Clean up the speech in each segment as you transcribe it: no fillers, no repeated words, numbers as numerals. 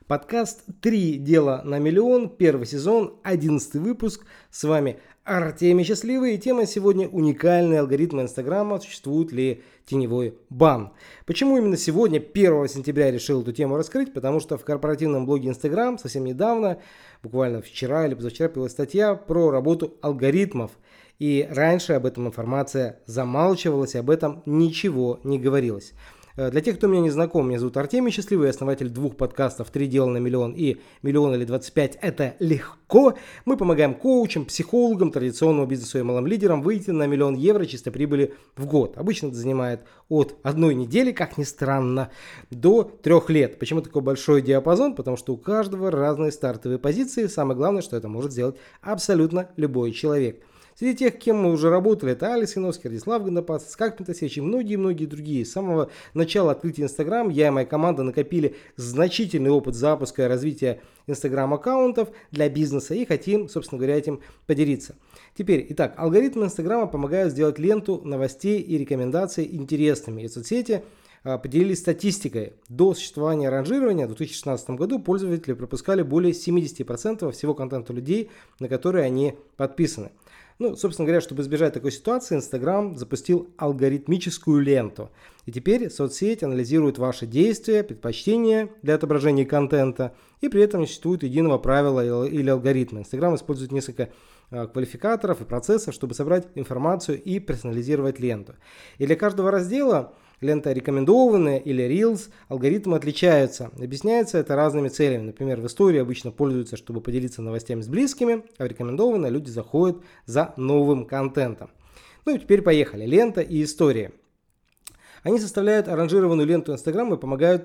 Подкаст «Три дела на миллион», первый сезон, 11 выпуск. С вами Артемий Счастливый. И тема сегодня: уникальные алгоритмы Инстаграма. Существует ли теневой бан? Почему именно сегодня, 1 сентября, я решил эту тему раскрыть? Потому что в корпоративном блоге Инстаграм совсем недавно, буквально вчера или позавчера, появилась статья про работу алгоритмов. И раньше об этом информация замалчивалась, и об этом ничего не говорилось. Для тех, кто меня не знаком, меня зовут Артемий Счастливый, я основатель двух подкастов «Три дела на миллион» и «Миллион или 25 – это легко». Мы помогаем коучам, психологам, традиционному бизнесу и малым лидерам выйти на 1 000 000 евро чистой прибыли в год. Обычно это занимает от 1 недели, как ни странно, до 3 лет. Почему такой большой диапазон? Потому что у каждого разные стартовые позиции. Самое главное, что это может сделать абсолютно любой человек. Среди тех, кем мы уже работали, это Алекс Яновский, Радислав Гандапас, Скак Пентасевич и многие-многие другие. С самого начала открытия Инстаграм я и моя команда накопили значительный опыт запуска и развития Инстаграм-аккаунтов для бизнеса и хотим, собственно говоря, этим поделиться. Итак, алгоритмы Инстаграма помогают сделать ленту новостей и рекомендаций интересными. И соцсети поделились статистикой. До существования ранжирования в 2016 году пользователи пропускали более 70% всего контента людей, на которые они подписаны. Собственно говоря, чтобы избежать такой ситуации, Инстаграм запустил алгоритмическую ленту. И теперь соцсеть анализирует ваши действия, предпочтения для отображения контента, и при этом не существует единого правила или алгоритма. Инстаграм использует несколько квалификаторов и процессов, чтобы собрать информацию и персонализировать ленту. И для каждого раздела, лента рекомендованная или Reels, алгоритмы отличаются. Объясняется это разными целями. Например, в истории обычно пользуются, чтобы поделиться новостями с близкими, а в рекомендованное люди заходят за новым контентом. И теперь поехали. Лента и история. Они составляют аранжированную ленту Инстаграма и помогают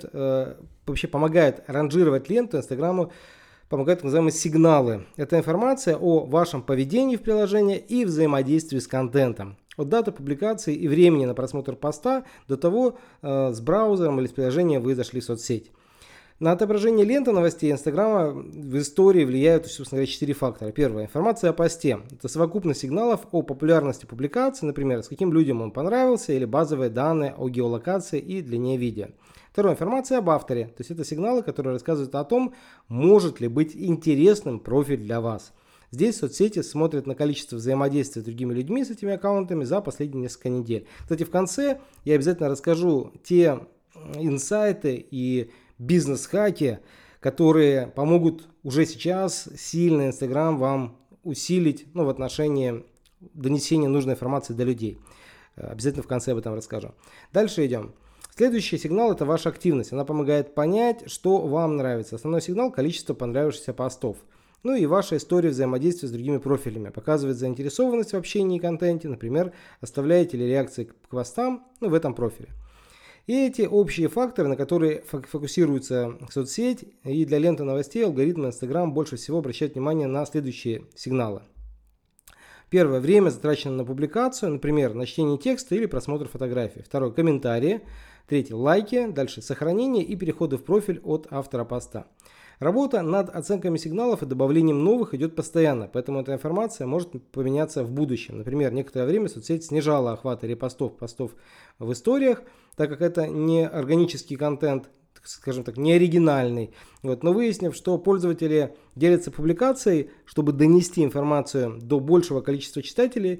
ранжировать ленту Инстаграму, помогают так называемые сигналы. Это информация о вашем поведении в приложении и взаимодействии с контентом. От даты публикации и времени на просмотр поста до того, с браузером или с приложением вы зашли в соцсеть. На отображение ленты новостей Инстаграма в истории влияют, собственно говоря, 4 фактора. Первое. Информация о посте. Это совокупность сигналов о популярности публикации, например, с каким людям он понравился, или базовые данные о геолокации и длине видео. Второе. Информация об авторе. То есть это сигналы, которые рассказывают о том, может ли быть интересным профиль для вас. Здесь соцсети смотрят на количество взаимодействия с другими людьми с этими аккаунтами за последние несколько недель. Кстати, в конце я обязательно расскажу те инсайты и бизнес-хаки, которые помогут уже сейчас сильно Инстаграм вам усилить в отношении донесения нужной информации до людей. Обязательно в конце об этом расскажу. Дальше идем. Следующий сигнал – это ваша активность. Она помогает понять, что вам нравится. Основной сигнал – количество понравившихся постов. И ваша история взаимодействия с другими профилями. Показывает заинтересованность в общении и контенте. Например, оставляете ли реакции к постам в этом профиле. И эти общие факторы, на которые фокусируется соцсеть, и для ленты новостей алгоритмы Instagram больше всего обращают внимание на следующие сигналы. Первое. Время затрачено на публикацию, например, на чтение текста или просмотр фотографий. Второе. Комментарии. Третье. Лайки. Дальше сохранение и переходы в профиль от автора поста. Работа над оценками сигналов и добавлением новых идет постоянно, поэтому эта информация может поменяться в будущем. Например, некоторое время соцсеть снижала охваты постов в историях, так как это не органический контент, скажем так, не оригинальный. Но выяснив, что пользователи делятся публикацией, чтобы донести информацию до большего количества читателей,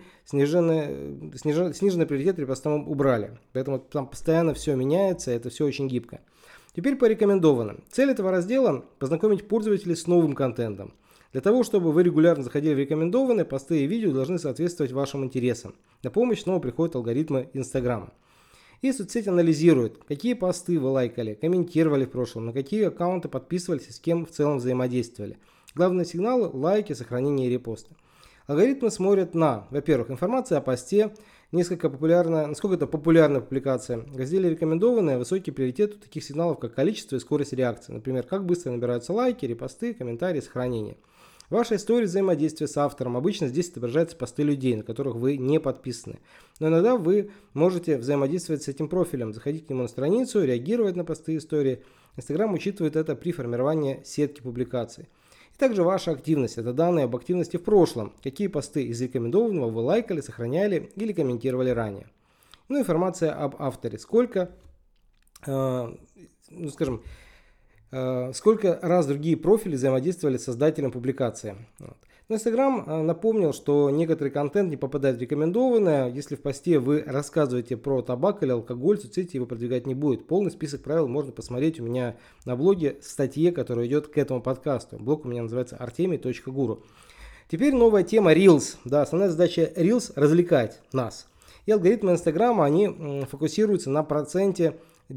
сниженный приоритет репостам убрали. Поэтому там постоянно все меняется, это все очень гибко. Теперь по рекомендованным. Цель этого раздела – познакомить пользователей с новым контентом. Для того, чтобы вы регулярно заходили в рекомендованные, посты и видео должны соответствовать вашим интересам. На помощь снова приходят алгоритмы Инстаграма. И соцсеть анализирует, какие посты вы лайкали, комментировали в прошлом, на какие аккаунты подписывались и с кем в целом взаимодействовали. Главные сигналы – лайки, сохранение и репосты. Алгоритмы смотрят на, во-первых, информация о посте, насколько это популярная публикация. В разделе «Рекомендованные» высокий приоритет у таких сигналов, как количество и скорость реакции. Например, как быстро набираются лайки, репосты, комментарии, сохранение. Ваша история взаимодействия с автором. Обычно здесь отображаются посты людей, на которых вы не подписаны. Но иногда вы можете взаимодействовать с этим профилем, заходить к нему на страницу, реагировать на посты и истории. Инстаграм учитывает это при формировании сетки публикаций. И также ваша активность – это данные об активности в прошлом, какие посты из рекомендованного вы лайкали, сохраняли или комментировали ранее. Информация об авторе, сколько, Сколько раз другие профили взаимодействовали с создателем публикации. Вот. Но Instagram напомнил, что некоторый контент не попадает в рекомендованное. Если в посте вы рассказываете про табак или алкоголь, соцсети его продвигать не будет. Полный список правил можно посмотреть у меня на блоге в статье, которая идет к этому подкасту. Блог у меня называется artemi.guru. Теперь новая тема Reels. Да, основная задача Reels – развлекать нас. И алгоритмы Инстаграма, они фокусируются на проценте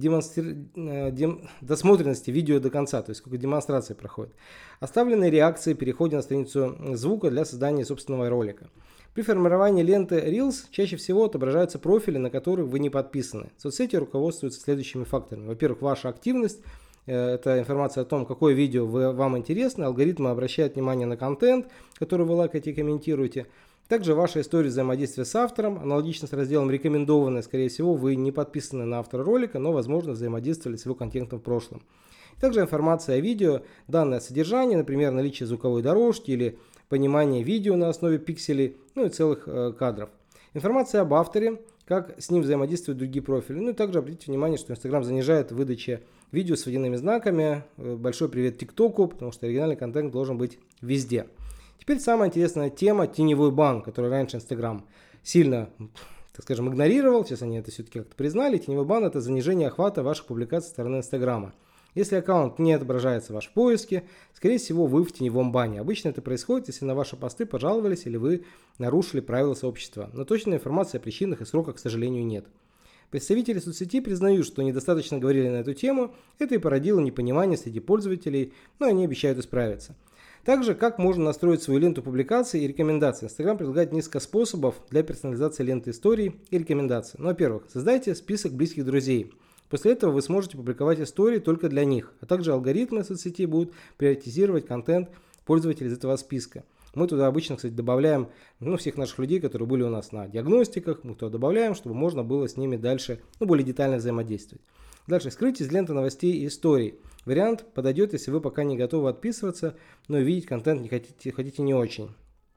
досмотренности видео до конца, то есть сколько демонстраций проходит. Оставленные реакции, переходе на страницу звука для создания собственного ролика. При формировании ленты Reels чаще всего отображаются профили, на которых вы не подписаны. Соцсети руководствуются следующими факторами. Во-первых, ваша активность. Это информация о том, какое видео вам интересно. Алгоритмы обращают внимание на контент, который вы лайкаете и комментируете. Также ваша история взаимодействия с автором, аналогично с разделом «Рекомендованное», скорее всего, вы не подписаны на автора ролика, но, возможно, взаимодействовали с его контентом в прошлом. Также информация о видео, данное содержание, например, наличие звуковой дорожки или понимание видео на основе пикселей, ну и целых кадров. Информация об авторе, как с ним взаимодействуют другие профили. Ну и также обратите внимание, что Instagram занижает выдачу видео с водяными знаками. Большой привет ТикТоку, потому что оригинальный контент должен быть везде. Теперь самая интересная тема – теневой бан, который раньше Instagram сильно, так скажем, игнорировал. Сейчас они это все-таки как-то признали. Теневой бан – это занижение охвата ваших публикаций со стороны Инстаграма. Если аккаунт не отображается в ваших поиске, скорее всего, вы в теневом бане. Обычно это происходит, если на ваши посты пожаловались или вы нарушили правила сообщества. Но точной информации о причинах и сроках, к сожалению, нет. Представители соцсети признают, что недостаточно говорили на эту тему. Это и породило непонимание среди пользователей, но они обещают исправиться. Также, как можно настроить свою ленту публикаций и рекомендаций. Instagram предлагает несколько способов для персонализации ленты историй и рекомендаций. Ну, во-первых, создайте список близких друзей. После этого вы сможете публиковать истории только для них, а также алгоритмы соцсети будут приоритизировать контент пользователей из этого списка. Мы туда обычно, кстати, добавляем всех наших людей, которые были у нас на диагностиках, мы туда добавляем, чтобы можно было с ними дальше более детально взаимодействовать. Дальше, скрыть из ленты новостей и историй. Вариант подойдет, если вы пока не готовы отписываться, но видеть контент не хотите не очень.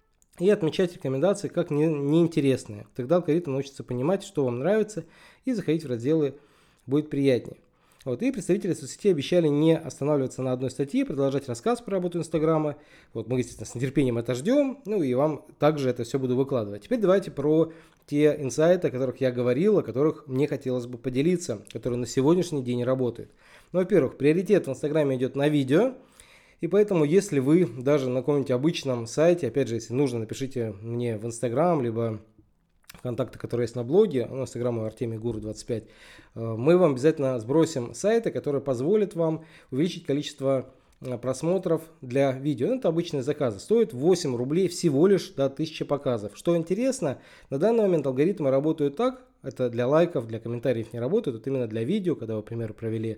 И отмечать рекомендации как неинтересные. Тогда алгоритм научится понимать, что вам нравится, и заходить в разделы будет приятнее. И представители соцсетей обещали не останавливаться на одной статье, продолжать рассказ про работу Инстаграма. Мы, естественно, с нетерпением это ждем, и вам также это все буду выкладывать. Теперь давайте про те инсайты, о которых я говорил, о которых мне хотелось бы поделиться, которые на сегодняшний день работают. Во-первых, приоритет в Инстаграме идет на видео, и поэтому, если вы даже на каком-нибудь обычном сайте, опять же, если нужно, напишите мне в Инстаграм, либо в контакты, которые есть на блоге, на Инстаграм artemi.guru25, мы вам обязательно сбросим сайты, которые позволят вам увеличить количество просмотров для видео. Это обычные заказы. Стоит 8 рублей всего лишь до 1000 показов. Что интересно, на данный момент алгоритмы работают так, это для лайков, для комментариев не работают, это именно для видео, когда вы, например, провели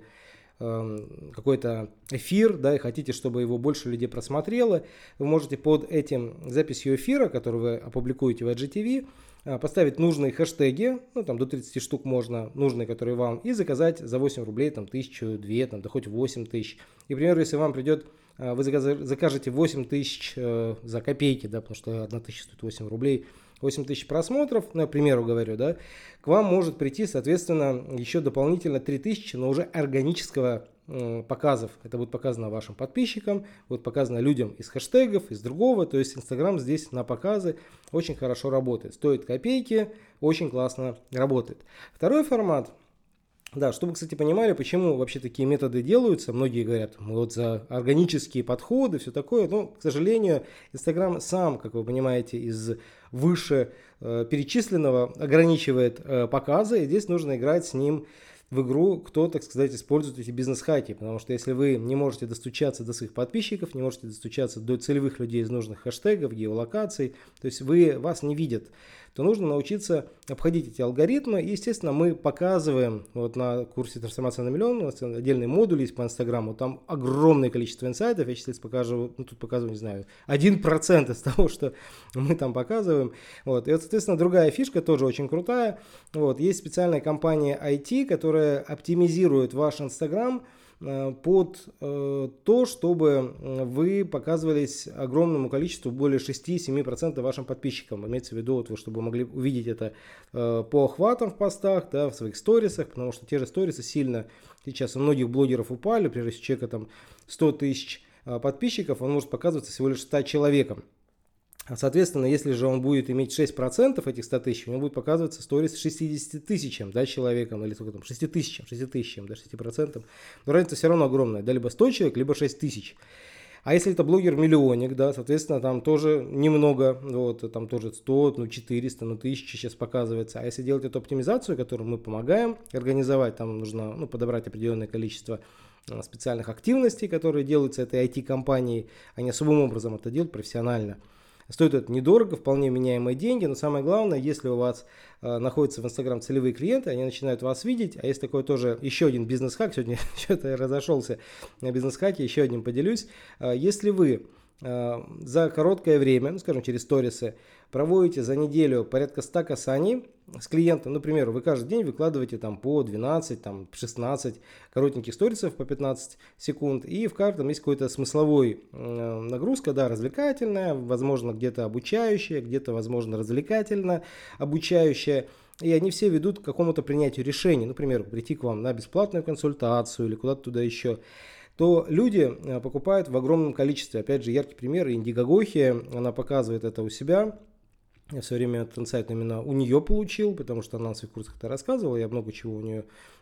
какой-то эфир, и хотите, чтобы его больше людей просмотрело, вы можете под этим записью эфира, который вы опубликуете в IGTV, поставить нужные хэштеги, до 30 штук можно, нужные, которые вам, и заказать за 8 рублей 1000, 2, да хоть 8000. И, к примеру, если вам придет, вы закажете 8000 за копейки, потому что 1000 стоит 8 рублей, 8000 просмотров, к примеру говорю, к вам может прийти, соответственно, еще дополнительно 3000, но уже органического показов. Это будет показано вашим подписчикам, будет показано людям из хэштегов, из другого. То есть Instagram здесь на показы очень хорошо работает. Стоит копейки, очень классно работает. Второй формат. Чтобы, кстати, понимали, почему вообще такие методы делаются. Многие говорят, мы за органические подходы, все такое. Но, к сожалению, Instagram сам, как вы понимаете, из выше перечисленного ограничивает показы. И здесь нужно играть с ним в игру, кто, так сказать, использует эти бизнес-хаки. Потому что если вы не можете достучаться до своих подписчиков, не можете достучаться до целевых людей из нужных хэштегов, геолокаций, то есть вас не видят, то нужно научиться обходить эти алгоритмы. И, естественно, мы показываем на курсе «Трансформация на миллион», у нас отдельные модули есть по Инстаграму, там огромное количество инсайтов. Я сейчас покажу, тут показываю, не знаю, 1% из того, что мы там показываем. И соответственно, другая фишка тоже очень крутая. Есть специальная компания IT, которая оптимизирует ваш Инстаграм под то, чтобы вы показывались огромному количеству, более 6-7% вашим подписчикам. Имеется в виду, вот вы, чтобы вы могли увидеть это по охватам в постах, да, в своих сторисах, потому что те же сторисы сильно сейчас у многих блогеров упали. Например, если у человека там 100 тысяч подписчиков, он может показываться всего лишь 100 человекам. Соответственно, если же он будет иметь 6% этих 100 тысяч, у него будет показываться сторис 60 тысячам, да, человеком, или сколько там, 6 тысячам, да, 6%. Но разница все равно огромная, да, либо 100 человек, либо 6 тысяч. А если это блогер-миллионник, да, соответственно, там тоже немного, вот, там тоже 100, 400, 1000 сейчас показывается. А если делать эту оптимизацию, которую мы помогаем организовать, там нужно подобрать определенное количество специальных активностей, которые делаются этой IT-компанией, они особым образом это делают профессионально. Стоит это недорого, вполне меняемые деньги, но самое главное, если у вас находятся в Instagram целевые клиенты, они начинают вас видеть, а есть такой тоже еще один бизнес-хак, сегодня что-то я разошелся на бизнес-хаке, еще одним поделюсь. Если вы за короткое время, скажем, через сторисы, проводите за неделю порядка 100 касаний с клиентом, например, вы каждый день выкладываете там по 12, там 16 коротеньких сторисов по 15 секунд, и в каждом есть какой-то смысловой нагрузка, да, развлекательная, возможно, где-то обучающая, где-то, возможно, развлекательно обучающая. И они все ведут к какому-то принятию решений, например, прийти к вам на бесплатную консультацию или куда-то туда еще, то люди покупают в огромном количестве. Опять же, яркий пример, Индигогохи, она показывает это у себя. Я все время этот инсайт именно у нее получил, потому что она на своих курсах это рассказывала. Я много чего у нее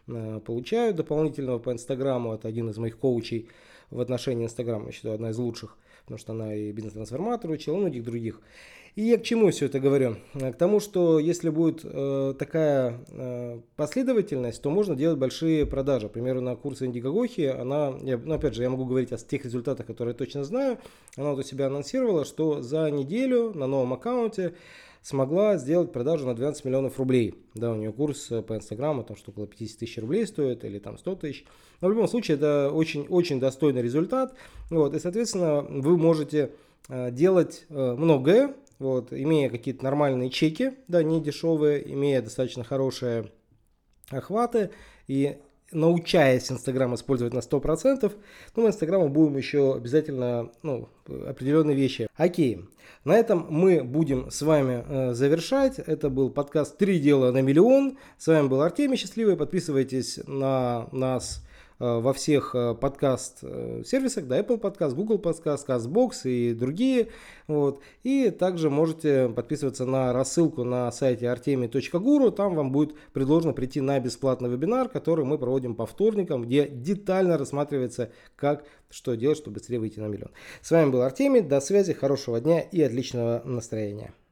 получаю дополнительного по Инстаграму. Это один из моих коучей в отношении Инстаграма, я считаю, одна из лучших, потому что она и бизнес-трансформатор учила, и многих других. И я к чему все это говорю? К тому, что если будет такая последовательность, то можно делать большие продажи. К примеру, на курсе Индигогохи, опять же, я могу говорить о тех результатах, которые я точно знаю. Она вот у себя анонсировала, что за неделю на новом аккаунте смогла сделать продажу на 12 миллионов рублей. Да, у нее курс по Инстаграму, там что около 50 тысяч рублей стоит, или там 100 тысяч. Но в любом случае, это очень-очень достойный результат. Вот, и, соответственно, вы можете делать многое, вот, имея какие-то нормальные чеки, да, не дешевые, имея достаточно хорошие охваты и научаясь Инстаграм использовать на 100%, мы Инстаграму будем еще обязательно определенные вещи. Окей, на этом мы будем с вами завершать. Это был подкаст «3 дела на миллион». С вами был Артемий Счастливый. Подписывайтесь на нас во всех подкаст-сервисах, да, Apple Podcast, Google Podcast, CastBox и другие. Вот. И также можете подписываться на рассылку на сайте artemi.guru. Там вам будет предложено прийти на бесплатный вебинар, который мы проводим по вторникам, где детально рассматривается, как, что делать, чтобы быстрее выйти на миллион. С вами был Артемий. До связи, хорошего дня и отличного настроения.